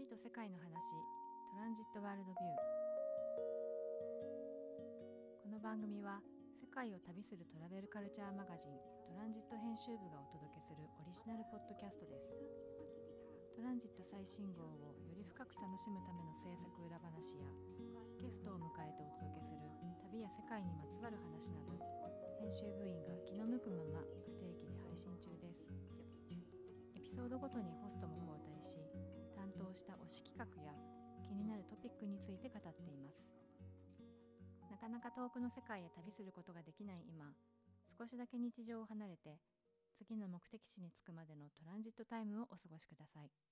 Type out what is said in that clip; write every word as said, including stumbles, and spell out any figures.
旅と世界の話、トランジットワールドビュー。この番組は世界を旅するトラベルカルチャーマガジントランジット編集部がお届けするオリジナルポッドキャストです。トランジット最新号をより深く楽しむための制作裏話やゲストを迎えてお届けする旅や世界にまつわる話など、編集部員が気の向くまま不定期で配信中です。エピソードごとにホストも交代し、担当した推し企画や気になるトピックについて語っています。なかなか遠くの世界へ旅することができない今、少しだけ日常を離れて次の目的地に着くまでのトランジットタイムをお過ごしください。